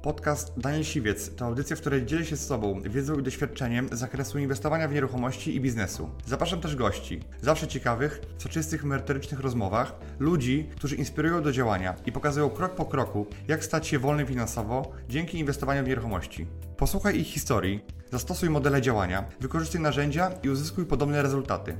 Podcast Daniel Siwiec to audycja, w której dzielę się z Tobą wiedzą i doświadczeniem z zakresu inwestowania w nieruchomości i biznesu. Zapraszam też gości, zawsze ciekawych, w soczystych, merytorycznych rozmowach, ludzi, którzy inspirują do działania i pokazują krok po kroku, jak stać się wolnym finansowo dzięki inwestowaniu w nieruchomości. Posłuchaj ich historii, zastosuj modele działania, wykorzystuj narzędzia i uzyskuj podobne rezultaty.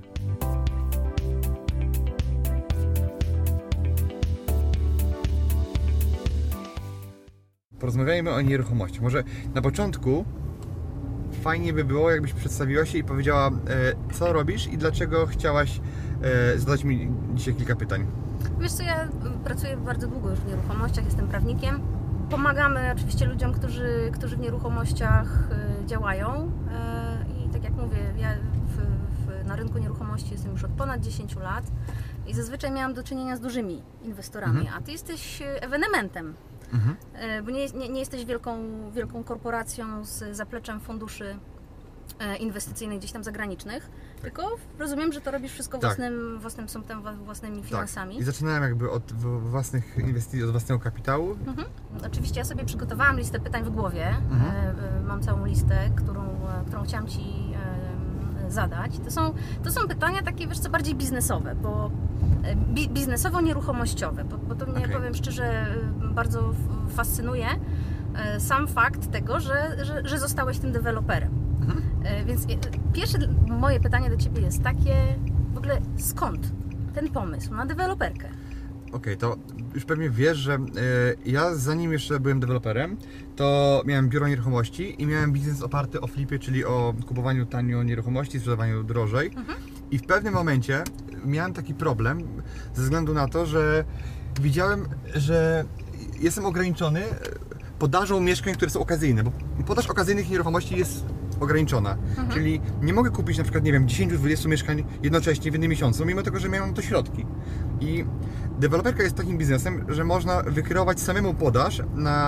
Porozmawiajmy o nieruchomości. Może na początku fajnie by było, jakbyś przedstawiła się i powiedziała, co robisz i dlaczego chciałaś zadać mi dzisiaj kilka pytań. Wiesz co, ja pracuję bardzo długo już w nieruchomościach, jestem prawnikiem. Pomagamy oczywiście ludziom, którzy w nieruchomościach działają i tak jak mówię, ja na rynku nieruchomości jestem już od ponad 10 lat i zazwyczaj miałam do czynienia z dużymi inwestorami, a Ty jesteś ewenementem. Bo nie jesteś wielką korporacją z zapleczem funduszy inwestycyjnych gdzieś tam zagranicznych, tylko rozumiem, że to robisz wszystko własnym sumptem, własnymi finansami. Tak. I zaczynałem jakby od własnych inwestycji, od własnego kapitału. Oczywiście ja sobie przygotowałam listę pytań w głowie. Mam całą listę, którą chciałam Ci zadać. To są pytania takie, wiesz co, bardziej biznesowe, bo biznesowo-nieruchomościowe, bo to mnie, powiem szczerze, bardzo fascynuje sam fakt tego, że zostałeś tym deweloperem. Więc pierwsze moje pytanie do Ciebie jest takie, w ogóle skąd ten pomysł na deweloperkę? Okej, to już pewnie wiesz, że ja zanim jeszcze byłem deweloperem, to miałem biuro nieruchomości i miałem biznes oparty o flipie, czyli o kupowaniu tanio nieruchomości, sprzedawaniu drożej. I w pewnym momencie miałem taki problem ze względu na to, że widziałem, że jestem ograniczony podażą mieszkań, które są okazyjne, bo podaż okazyjnych nieruchomości jest ograniczona. Czyli nie mogę kupić na przykład, nie wiem, 10-20 mieszkań jednocześnie w jednym miesiącu, mimo tego, że miałem na to środki. I deweloperka jest takim biznesem, że można wykreować samemu podaż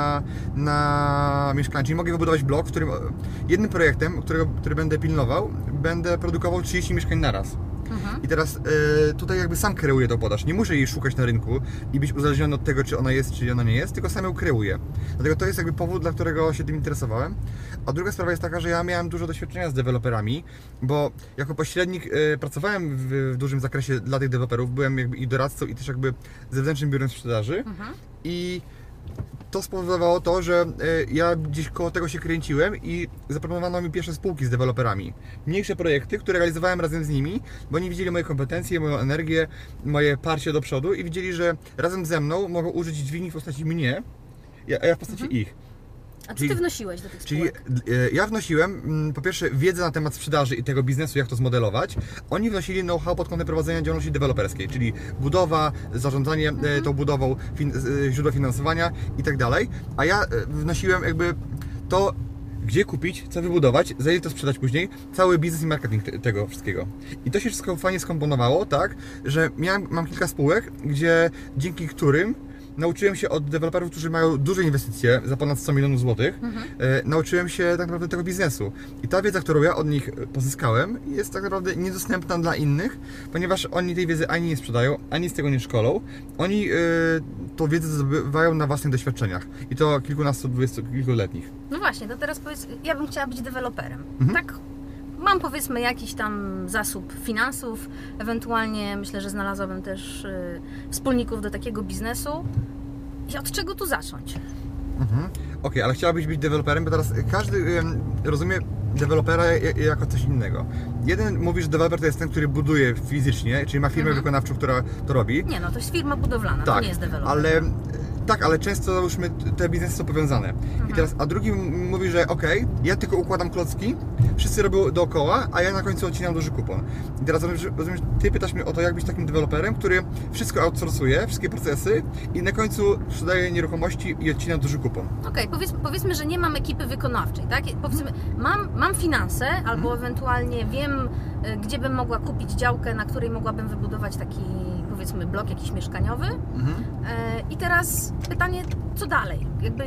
na mieszkanie. Czyli mogę wybudować blok, w którym jednym projektem, który będę pilnował, będę produkował 30 mieszkań naraz. I teraz tutaj jakby sam kreuję tą podaż. Nie muszę jej szukać na rynku i być uzależniony od tego, czy ona jest, czy ona nie jest, tylko sam ją kreuję. Dlatego to jest jakby powód, dla którego się tym interesowałem. A druga sprawa jest taka, że ja miałem dużo doświadczenia z deweloperami, bo jako pośrednik pracowałem w dużym zakresie dla tych deweloperów. Byłem jakby i doradcą, i też jakby zewnętrznym biurem sprzedaży. I to spowodowało to, że ja gdzieś koło tego się kręciłem i zaproponowano mi pierwsze spółki z deweloperami. Mniejsze projekty, które realizowałem razem z nimi, bo oni widzieli moje kompetencje, moją energię, moje parcie do przodu i widzieli, że razem ze mną mogą użyć dźwigni w postaci mnie, a ja w postaci ich. A co Ty wnosiłeś do tych spółek? Czyli ja wnosiłem po pierwsze wiedzę na temat sprzedaży i tego biznesu, jak to zmodelować. Oni wnosili know-how pod kątem prowadzenia działalności deweloperskiej, czyli budowa, zarządzanie tą budową, źródła finansowania i tak dalej. A ja wnosiłem jakby to, gdzie kupić, co wybudować, za ile to sprzedać później, cały biznes i marketing tego wszystkiego. I to się wszystko fajnie skomponowało, tak, że mam kilka spółek, dzięki którym nauczyłem się od deweloperów, którzy mają duże inwestycje za ponad 100 milionów złotych, nauczyłem się tak naprawdę tego biznesu. I ta wiedza, którą ja od nich pozyskałem, jest tak naprawdę niedostępna dla innych, ponieważ oni tej wiedzy ani nie sprzedają, ani z tego nie szkolą. Oni tą wiedzę zdobywają na własnych doświadczeniach. I to kilkuletnich. No właśnie, to teraz powiedz, ja bym chciała być deweloperem. Tak? Mam powiedzmy jakiś tam zasób finansów, ewentualnie myślę, że znalazłabym też wspólników do takiego biznesu. I od czego tu zacząć? Okej, ale chciałabyś być deweloperem, bo teraz każdy rozumie dewelopera jako coś innego. Jeden mówi, że deweloper to jest ten, który buduje fizycznie, czyli ma firmę wykonawczą, która to robi. Nie, no to jest firma budowlana, tak, to nie jest deweloper. Ale często już te biznesy są powiązane. I teraz, a drugi mówi, że okej, ja tylko układam klocki, wszyscy robią dookoła, a ja na końcu odcinam duży kupon. I teraz rozumiem, Ty pytasz mnie o to, jak być takim deweloperem, który wszystko outsourcuje, wszystkie procesy i na końcu sprzedaje nieruchomości i odcina duży kupon. Okej, powiedzmy, że nie mam ekipy wykonawczej, tak? Powiedzmy, mam finanse, albo ewentualnie wiem, gdzie bym mogła kupić działkę, na której mogłabym wybudować taki, powiedzmy, blok jakiś mieszkaniowy. I teraz pytanie, co dalej? Jakby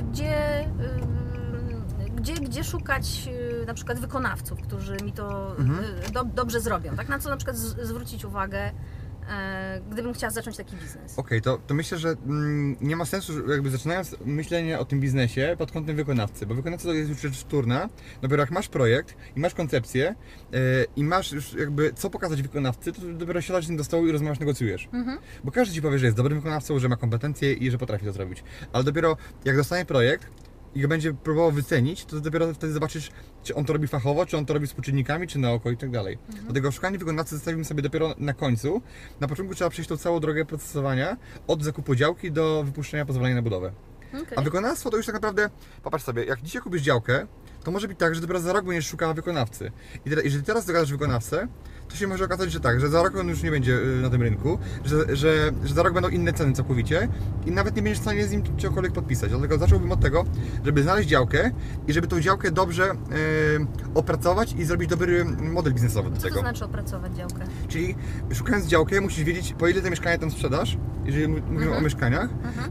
gdzie szukać na przykład wykonawców, którzy mi to dobrze zrobią, tak? Na co na przykład zwrócić uwagę, gdybym chciała zacząć taki biznes. Okej, to myślę, że nie ma sensu, jakby zaczynając myślenie o tym biznesie pod kątem wykonawcy, bo wykonawca to jest już rzecz wtórna. Dopiero jak masz projekt i masz koncepcję i masz już jakby co pokazać wykonawcy, to dopiero siadasz z nim do stołu i rozmawiasz, negocjujesz. Bo każdy ci powie, że jest dobrym wykonawcą, że ma kompetencje i że potrafi to zrobić. Ale dopiero jak dostanie projekt i go będzie próbował wycenić, to dopiero wtedy zobaczysz, czy on to robi fachowo, czy on to robi z współczynnikami, czy na oko i tak dalej. Dlatego szukanie wykonawcy zostawimy sobie dopiero na końcu. Na początku trzeba przejść tą całą drogę procesowania od zakupu działki do wypuszczenia pozwolenia na budowę. Okay. A wykonawstwo to już tak naprawdę, popatrz sobie, jak dzisiaj kupisz działkę, to może być tak, że dopiero za rok będziesz szukała wykonawcy. I jeżeli teraz dogadasz wykonawcę, to się może okazać, że tak, że za rok on już nie będzie na tym rynku, że za rok będą inne ceny całkowicie i nawet nie będziesz w stanie z nim czegokolwiek podpisać. Dlatego zacząłbym od tego, żeby znaleźć działkę i żeby tą działkę dobrze opracować i zrobić dobry model biznesowy do tego. Co to znaczy opracować działkę? Czyli szukając działkę musisz wiedzieć, po ile te mieszkania tam sprzedasz, jeżeli mówimy o mieszkaniach,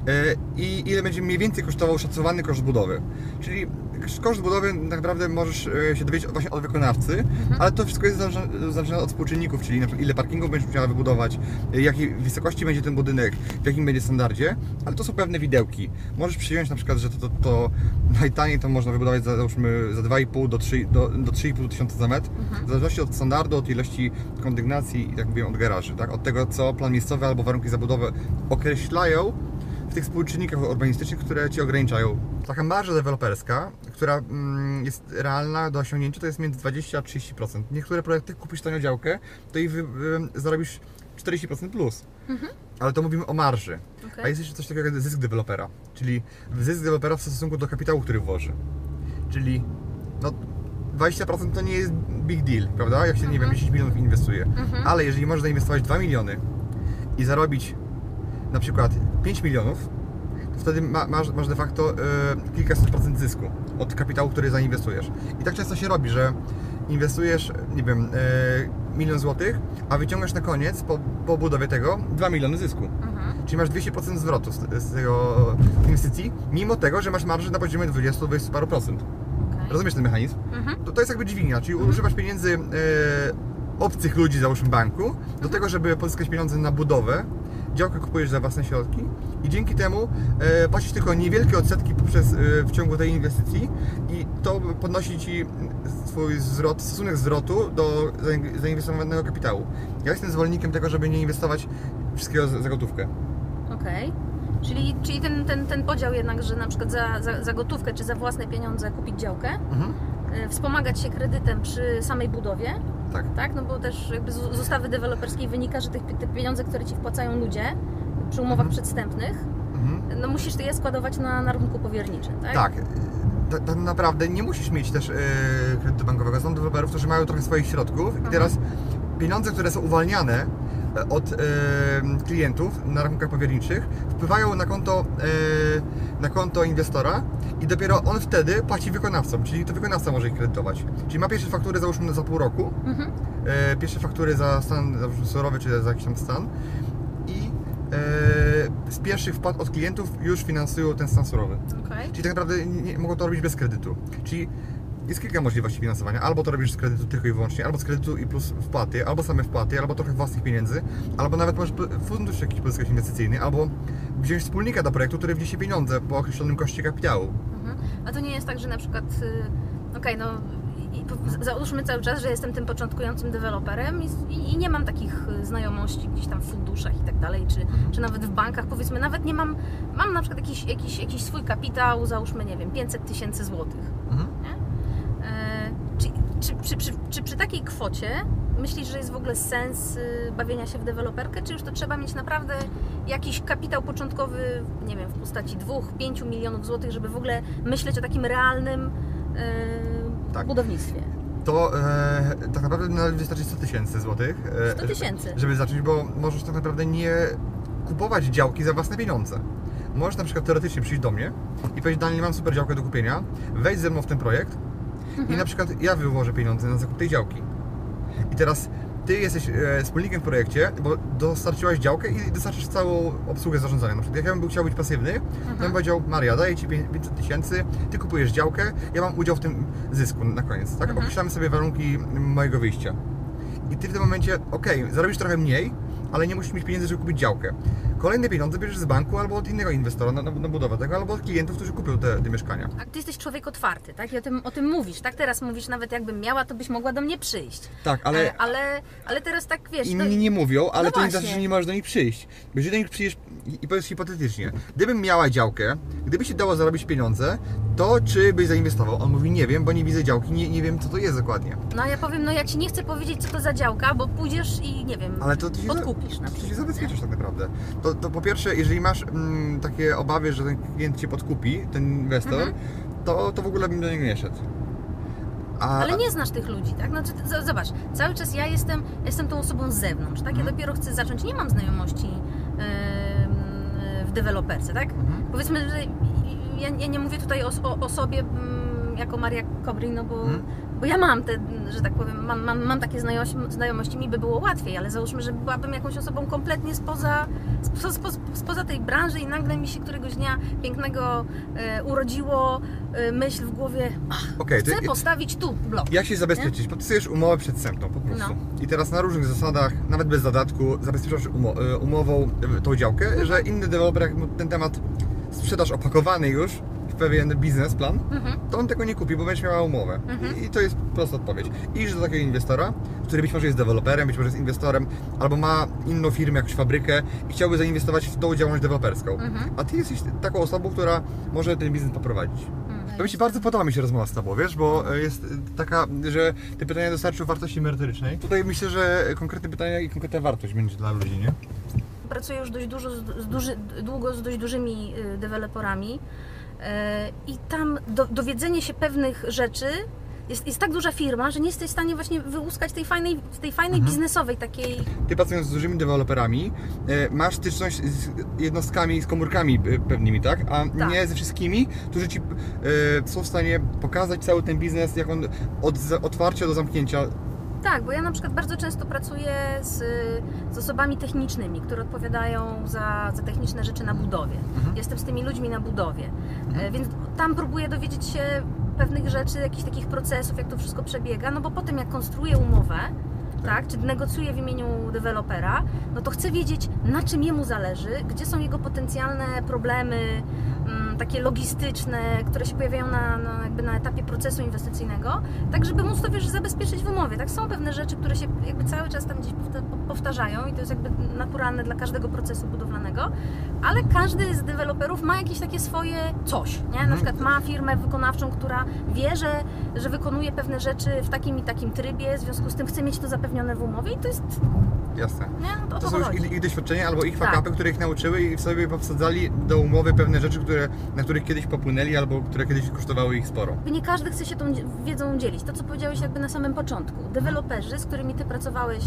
i ile będzie mniej więcej kosztował szacowany koszt budowy. Czyli koszt budowy tak naprawdę możesz się dowiedzieć właśnie od wykonawcy, ale to wszystko jest zależne od współczynników, czyli na przykład ile parkingów będziesz musiała wybudować, jakiej wysokości będzie ten budynek, w jakim będzie standardzie, ale to są pewne widełki. Możesz przyjąć na przykład, że to najtaniej to można wybudować załóżmy za 2,5 do 3,5 tysiąca za metr, w zależności od standardu, od ilości kondygnacji i tak mówię od garaży, tak? Od tego co plan miejscowy albo warunki zabudowy określają w tych współczynnikach urbanistycznych, które Ci ograniczają. Taka marża deweloperska, która jest realna do osiągnięcia, to jest między 20 a 30%. Niektóre projekty kupisz tanią działkę, to i zarobisz 40% plus. Ale to mówimy o marży. Okay. A jest jeszcze coś takiego jak zysk dewelopera, czyli zysk dewelopera w stosunku do kapitału, który włoży. Czyli no 20% to nie jest big deal, prawda? Jak się, nie wiem, 10 milionów inwestuje. Ale jeżeli możesz zainwestować 2 miliony i zarobić na przykład 5 milionów, to wtedy masz de facto kilkaset procent zysku od kapitału, który zainwestujesz. I tak często się robi, że inwestujesz, nie wiem, 1 milion złotych, a wyciągasz na koniec, po budowie tego, 2 miliony zysku. Czyli masz 200% zwrotu z tego inwestycji, mimo tego, że masz marżę na poziomie 20 paru procent. Okay. Rozumiesz ten mechanizm? To jest jakby dźwignia, czyli używasz pieniędzy obcych ludzi, załóżmy banku, do tego, żeby pozyskać pieniądze na budowę. Działkę kupujesz za własne środki i dzięki temu płacisz tylko niewielkie odsetki w ciągu tej inwestycji i to podnosi Ci Twój zwrot, stosunek zwrotu do zainwestowanego kapitału. Ja jestem zwolennikiem tego, żeby nie inwestować wszystkiego za gotówkę. Okej. Czyli ten podział jednak, że na przykład za gotówkę czy za własne pieniądze kupić działkę, wspomagać się kredytem przy samej budowie. Tak? No bo też jakby z ustawy deweloperskiej wynika, że te pieniądze, które Ci wpłacają ludzie przy umowach przedwstępnych, no musisz je składować na rynku powierniczym, tak? Tak. Tak naprawdę nie musisz mieć też kredytu bankowego. Znam deweloperów, którzy mają trochę swoich środków i teraz pieniądze, które są uwalniane od klientów na rachunkach powierniczych, wpływają na konto inwestora i dopiero on wtedy płaci wykonawcom, czyli to wykonawca może ich kredytować. Czyli ma pierwsze faktury załóżmy za pół roku, pierwsze faktury za stan załóżmy surowy czy za jakiś tam stan i z pierwszych wpłat od klientów już finansują ten stan surowy. Okay. Czyli tak naprawdę mogą to robić bez kredytu. Czyli jest kilka możliwości finansowania. Albo to robisz z kredytu tylko i wyłącznie, albo z kredytu i plus wpłaty, albo same wpłaty, albo trochę własnych pieniędzy, albo nawet możesz fundusz jakiś pozyskać inwestycyjny, albo wziąć wspólnika do projektu, który wniesie pieniądze po określonym koszcie kapitału. A to nie jest tak, że na przykład, załóżmy cały czas, że jestem tym początkującym deweloperem i nie mam takich znajomości gdzieś tam w funduszach i tak dalej, czy nawet w bankach, powiedzmy, nawet nie mam na przykład jakiś swój kapitał, załóżmy, nie wiem, 500 000 złotych. Czy przy takiej kwocie myślisz, że jest w ogóle sens bawienia się w deweloperkę, czy już to trzeba mieć naprawdę jakiś kapitał początkowy, nie wiem, w postaci 2-5 milionów złotych, żeby w ogóle myśleć o takim realnym budownictwie? To tak naprawdę nawet wystarczy 100 000 złotych, 100 000? Żeby zacząć, bo możesz tak naprawdę nie kupować działki za własne pieniądze. Możesz na przykład teoretycznie przyjść do mnie i powiedzieć: Daniel, mam super działkę do kupienia, wejdź ze mną w ten projekt i na przykład ja wyłożę pieniądze na zakup tej działki. I teraz Ty jesteś wspólnikiem w projekcie, bo dostarczyłaś działkę i dostarczysz całą obsługę zarządzania. Na przykład jak ja bym chciał być pasywny, to bym powiedział: Maria, daję Ci 500 000, Ty kupujesz działkę, ja mam udział w tym zysku na koniec. Tak? Określamy sobie warunki mojego wyjścia. I Ty w tym momencie, zarobisz trochę mniej, ale nie musisz mieć pieniędzy, żeby kupić działkę. Kolejne pieniądze bierzesz z banku albo od innego inwestora na budowę tego, albo od klientów, którzy kupią te mieszkania. A ty jesteś człowiek otwarty, tak? I o tym mówisz, tak? Teraz mówisz, nawet jakbym miała, to byś mogła do mnie przyjść. Tak, ale teraz tak, wiesz... Inni nie mówią, ale no to nie właśnie. znaczy, że nie możesz do nich przyjść. Bo jeżeli do nich przyjdziesz i powiesz hipotetycznie, gdybym miała działkę, gdyby się dało zarobić pieniądze, to czy byś zainwestował? On mówi, nie wiem, bo nie widzę działki, nie wiem, co to jest dokładnie. No ja powiem, no ja ci nie chcę powiedzieć, co to za działka, bo pójdziesz i nie wiem, Ale to ty się podkupisz na to się przykład. zabezpieczysz tak naprawdę. To po pierwsze, jeżeli masz takie obawy, że ten klient cię podkupi, ten inwestor, to w ogóle bym do niego nie szedł. Ale nie znasz tych ludzi, tak? Znaczy, zobacz, cały czas ja jestem tą osobą z zewnątrz, tak? Ja dopiero chcę zacząć, nie mam znajomości w deweloperce, tak? Powiedzmy, że ja nie mówię tutaj o sobie jako Maria Kobryń, no bo ja mam te, że tak powiem, mam takie znajomości, mi by było łatwiej, ale załóżmy, że byłabym jakąś osobą kompletnie spoza tej branży i nagle mi się któregoś dnia pięknego urodziło myśl w głowie, chcę postawić tu blok. Jak się zabezpieczyć? Podpisujesz umowę przedwstępną po prostu. I teraz na różnych zasadach, nawet bez zadatku, zabezpieczasz umową tą działkę, że inny deweloper, jak mu ten temat sprzedaż opakowany już, pewien biznesplan, to on tego nie kupi, bo będziesz miała umowę. I to jest prosta odpowiedź. Idź do takiego inwestora, który być może jest deweloperem, być może jest inwestorem, albo ma inną firmę, jakąś fabrykę i chciałby zainwestować w tą działalność deweloperską. A ty jesteś taką osobą, która może ten biznes poprowadzić. Bardzo podoba mi się rozmowa z tobą, wiesz, bo jest taka, że te pytania dostarczą wartości merytorycznej. Tutaj myślę, że konkretne pytania i konkretna wartość będzie dla ludzi, nie? Pracuję już dość długo z dość dużymi deweloperami. I tam dowiedzenie się pewnych rzeczy, jest tak duża firma, że nie jesteś w stanie właśnie wyłuskać tej fajnej biznesowej takiej... Ty pracując z dużymi deweloperami, masz styczność z jednostkami, z komórkami pewnymi, tak? A nie ze wszystkimi, którzy ci są w stanie pokazać cały ten biznes, jak on od otwarcia do zamknięcia. Tak, bo ja na przykład bardzo często pracuję z osobami technicznymi, które odpowiadają za techniczne rzeczy na budowie. Jestem z tymi ludźmi na budowie, więc tam próbuję dowiedzieć się pewnych rzeczy, jakichś takich procesów, jak to wszystko przebiega, no bo potem jak konstruuję umowę, tak, czy negocjuję w imieniu dewelopera, no to chcę wiedzieć, na czym jemu zależy, gdzie są jego potencjalne problemy, takie logistyczne, które się pojawiają na etapie procesu inwestycyjnego, tak żeby móc to, wiesz, zabezpieczyć w umowie. Tak, są pewne rzeczy, które się jakby cały czas tam gdzieś powtarzają i to jest jakby naturalne dla każdego procesu budowlanego, ale każdy z deweloperów ma jakieś takie swoje coś, nie? Na przykład ma firmę wykonawczą, która wie, że wykonuje pewne rzeczy w takim i takim trybie, w związku z tym chce mieć to zapewnione w umowie i to jest... Jasne. Nie? To są już ich doświadczenia albo ich fuck-upy, które ich nauczyły i w sobie powsadzali do umowy pewne rzeczy, na których kiedyś popłynęli albo które kiedyś kosztowały ich sporo. Nie każdy chce się tą wiedzą dzielić. To, co powiedziałeś jakby na samym początku. Deweloperzy, z którymi ty pracowałeś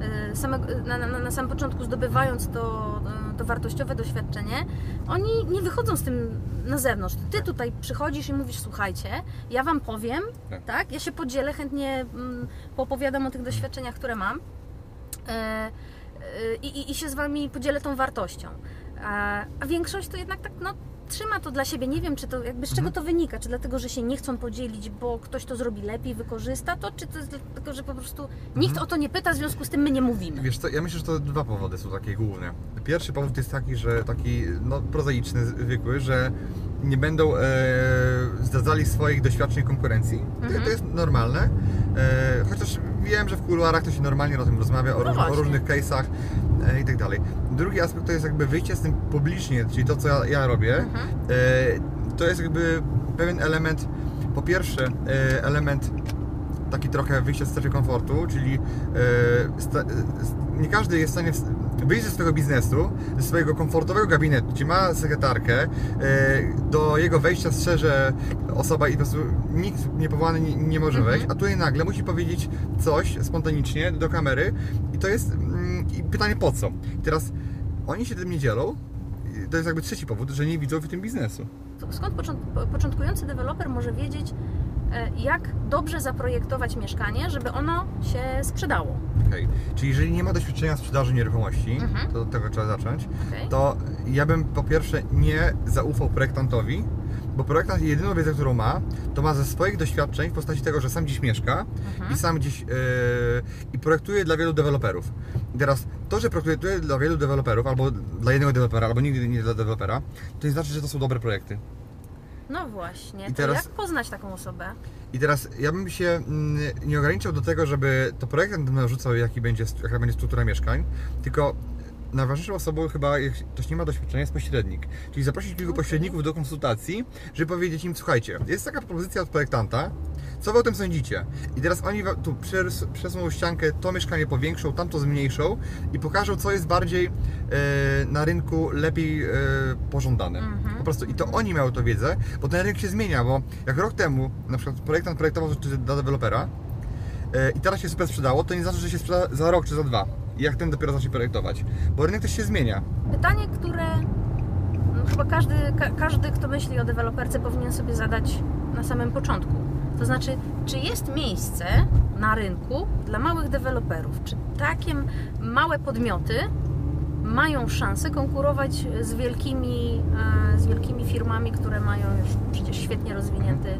na samym początku, zdobywając to wartościowe doświadczenie, oni nie wychodzą z tym na zewnątrz. Ty tutaj przychodzisz i mówisz, słuchajcie, ja wam powiem, tak? Ja się podzielę, chętnie poopowiadam o tych doświadczeniach, które mam. I się z wami podzielę tą wartością. A większość to jednak tak, trzyma to dla siebie. Nie wiem, czy to jakby z czego to wynika. Czy dlatego, że się nie chcą podzielić, bo ktoś to zrobi lepiej, wykorzysta to, czy to jest dlatego, że po prostu nikt o to nie pyta, w związku z tym my nie mówimy. Wiesz co, ja myślę, że to dwa powody są takie główne. Pierwszy powód jest taki, że prozaiczny, zwykły, że nie będą zdradzali swoich doświadczeń konkurencji. To jest normalne. Chociaż wiem, że w kuluarach to się normalnie o tym rozmawia, o różnych case'ach i tak dalej. Drugi aspekt to jest jakby wyjście z tym publicznie, czyli to, co ja robię. To jest jakby pewien element, po pierwsze element taki trochę wyjścia z strefy komfortu, czyli nie każdy jest w stanie wyjść ze swojego biznesu, ze swojego komfortowego gabinetu, gdzie ma sekretarkę, do jego wejścia strzeże osoba i po prostu nikt niepowołany nie może wejść, a tutaj nagle musi powiedzieć coś spontanicznie do kamery i to jest pytanie po co. I teraz oni się tym nie dzielą, to jest jakby trzeci powód, że nie widzą w tym biznesu. Skąd początkujący deweloper może wiedzieć, jak dobrze zaprojektować mieszkanie, żeby ono się sprzedało? Czyli jeżeli nie ma doświadczenia w sprzedaży nieruchomości, to od tego trzeba zacząć, to ja bym po pierwsze nie zaufał projektantowi, Bo projektant jedyną wiedzę, którą ma, to ma ze swoich doświadczeń w postaci tego, że sam gdzieś mieszka i sam gdzieś i projektuje dla wielu deweloperów. I teraz to, że projektuje dla wielu deweloperów, albo dla jednego dewelopera, albo nigdy nie dla dewelopera, to nie znaczy, że to są dobre projekty. No właśnie, I to teraz- jak poznać taką osobę? I teraz ja bym się nie ograniczał do tego, żeby to projektant narzucał, jaka będzie struktura mieszkań, tylko najważniejszą osobą chyba, jak ktoś nie ma doświadczenia, jest pośrednik. Czyli zaprosić kilku pośredników do konsultacji, żeby powiedzieć im, słuchajcie, jest taka propozycja od projektanta, co wy o tym sądzicie? I teraz oni tu przesuną ściankę, to mieszkanie powiększą, tamto zmniejszą i pokażą, co jest bardziej na rynku lepiej pożądane. Po prostu i to oni mają tę wiedzę, bo ten rynek się zmienia, bo jak rok temu na przykład projektant projektował rzeczy dla dewelopera i teraz się super sprzedało, to nie znaczy, że się sprzeda za rok czy za 2. I jak ten dopiero zacznie projektować, bo rynek też się zmienia. Pytanie, które chyba każdy, kto myśli o deweloperce, powinien sobie zadać na samym początku. To znaczy, czy jest miejsce na rynku dla małych deweloperów? Czy takie małe podmioty mają szansę konkurować z wielkimi firmami, które mają już przecież świetnie rozwinięty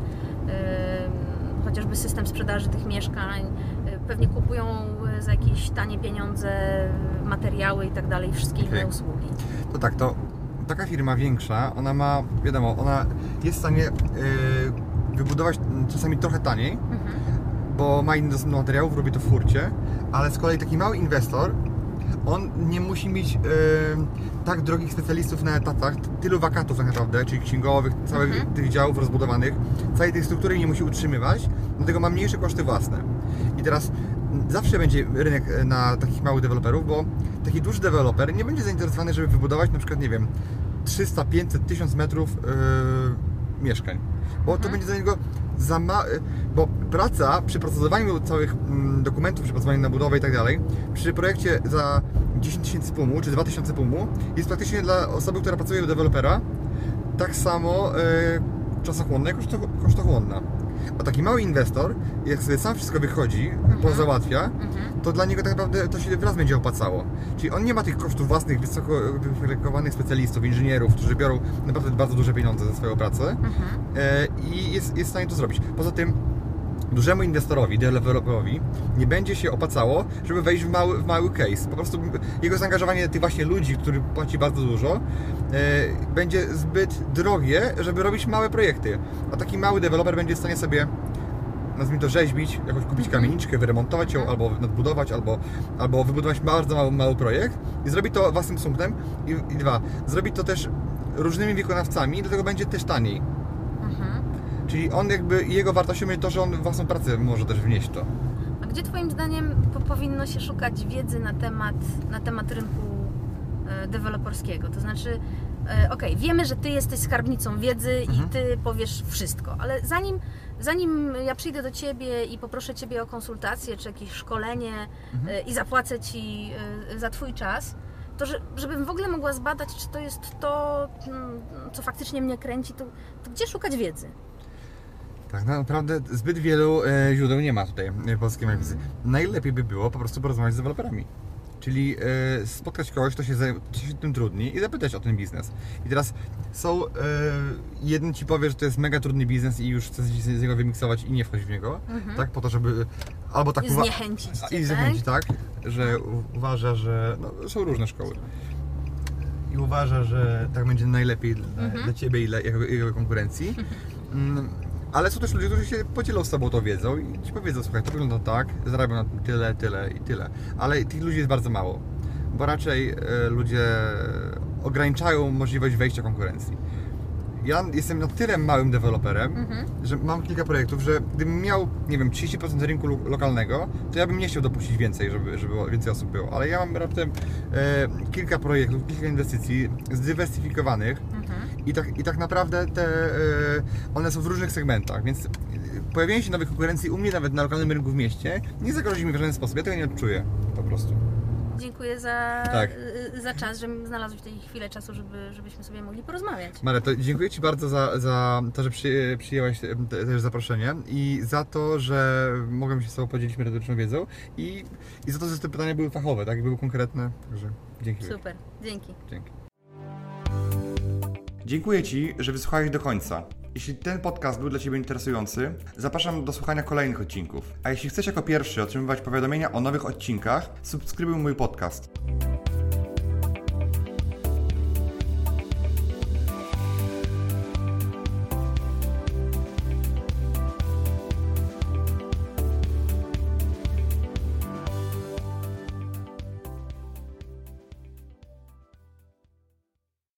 chociażby system sprzedaży tych mieszkań, pewnie kupują za jakieś tanie pieniądze materiały i tak dalej, wszystkie inne usługi. To tak, to taka firma większa, ona ma, wiadomo, ona jest w stanie wybudować czasami trochę taniej, bo ma inny dostęp do materiałów, robi to w hurcie, ale z kolei taki mały inwestor, on nie musi mieć tak drogich specjalistów na etatach, tylu wakatów tak naprawdę, czyli księgowych, całych tych działów rozbudowanych, całej tej struktury nie musi utrzymywać, dlatego ma mniejsze koszty własne. I teraz zawsze będzie rynek na takich małych deweloperów, bo taki duży deweloper nie będzie zainteresowany, żeby wybudować na przykład, nie wiem, 300, 500, 1000 metrów mieszkań, bo to będzie dla niego bo praca przy procesowaniu całych dokumentów, przy pracowaniu na budowę i tak dalej, przy projekcie za 10 tysięcy PUM-u czy 2000 PUM-u jest praktycznie dla osoby, która pracuje u dewelopera tak samo czasochłonna, jak kosztochłonna. A taki mały inwestor, jak sobie sam wszystko wychodzi, pozałatwia, to dla niego tak naprawdę to się wraz będzie opłacało. Czyli on nie ma tych kosztów własnych, wysoko wykwalifikowanych specjalistów, inżynierów, którzy biorą naprawdę bardzo duże pieniądze za swoją pracę i jest w stanie to zrobić. Poza tym dużemu inwestorowi, deweloperowi nie będzie się opłacało, żeby wejść w mały case. Po prostu jego zaangażowanie tych właśnie ludzi, który płaci bardzo dużo, będzie zbyt drogie, żeby robić małe projekty. A taki mały deweloper będzie w stanie sobie, nazwijmy to, rzeźbić, jakoś kupić kamieniczkę, wyremontować ją, albo nadbudować, albo wybudować bardzo mały projekt i zrobić to własnym sumptem. I dwa, zrobić to też różnymi wykonawcami, dlatego będzie też taniej. Czyli on jakby, jego wartością jest to, że on własną pracę może też wnieść to. A gdzie Twoim zdaniem powinno się szukać wiedzy na temat rynku deweloperskiego? To znaczy, wiemy, że Ty jesteś skarbnicą wiedzy i Ty powiesz wszystko, ale zanim ja przyjdę do Ciebie i poproszę Ciebie o konsultację czy jakieś szkolenie i zapłacę Ci za Twój czas, to żebym w ogóle mogła zbadać, czy to jest to, co faktycznie mnie kręci, to gdzie szukać wiedzy? Tak, naprawdę zbyt wielu źródeł nie ma tutaj w polskiej analizy. Najlepiej by było po prostu porozmawiać z deweloperami. Czyli spotkać kogoś, kto się tym trudni i zapytać o ten biznes. I teraz jeden Ci powie, że to jest mega trudny biznes i już chce z niego wymiksować i nie wchodzić w niego, tak, po to, żeby albo tak I zniechęcić Cię, i zniechęcić, tak, że uważa, że są różne szkoły. I uważa, że tak będzie najlepiej dla Ciebie i dla jego konkurencji. Ale są też ludzie, którzy się podzielą z Tobą tą wiedzą i Ci powiedzą, słuchaj, to wygląda tak, zarabiam na tym tyle, tyle i tyle. Ale tych ludzi jest bardzo mało, bo raczej ludzie ograniczają możliwość wejścia konkurencji. Ja jestem na tyle małym deweloperem, że mam kilka projektów, że gdybym miał, nie wiem, 30% rynku lokalnego, to ja bym nie chciał dopuścić więcej, żeby więcej osób było. Ale ja mam raptem kilka projektów, kilka inwestycji zdywersyfikowanych i tak naprawdę one są w różnych segmentach, więc pojawienie się nowej konkurencji u mnie nawet na lokalnym rynku w mieście nie zagrozi mi w żaden sposób, ja tego nie odczuję po prostu. Dziękuję za czas, że znalazłeś tutaj chwilę czasu, żebyśmy sobie mogli porozmawiać. Marę, to dziękuję Ci bardzo za to, że przyjęłaś też zaproszenie i za to, że mogłem się z Tobą podzielić merytoryczną wiedzą i za to, że te pytania były fachowe, tak? Były konkretne, także dzięki. Super, dzięki. Dzięki. Dziękuję Ci, że wysłuchałeś do końca. Jeśli ten podcast był dla Ciebie interesujący, zapraszam do słuchania kolejnych odcinków. A jeśli chcesz jako pierwszy otrzymywać powiadomienia o nowych odcinkach, subskrybuj mój podcast.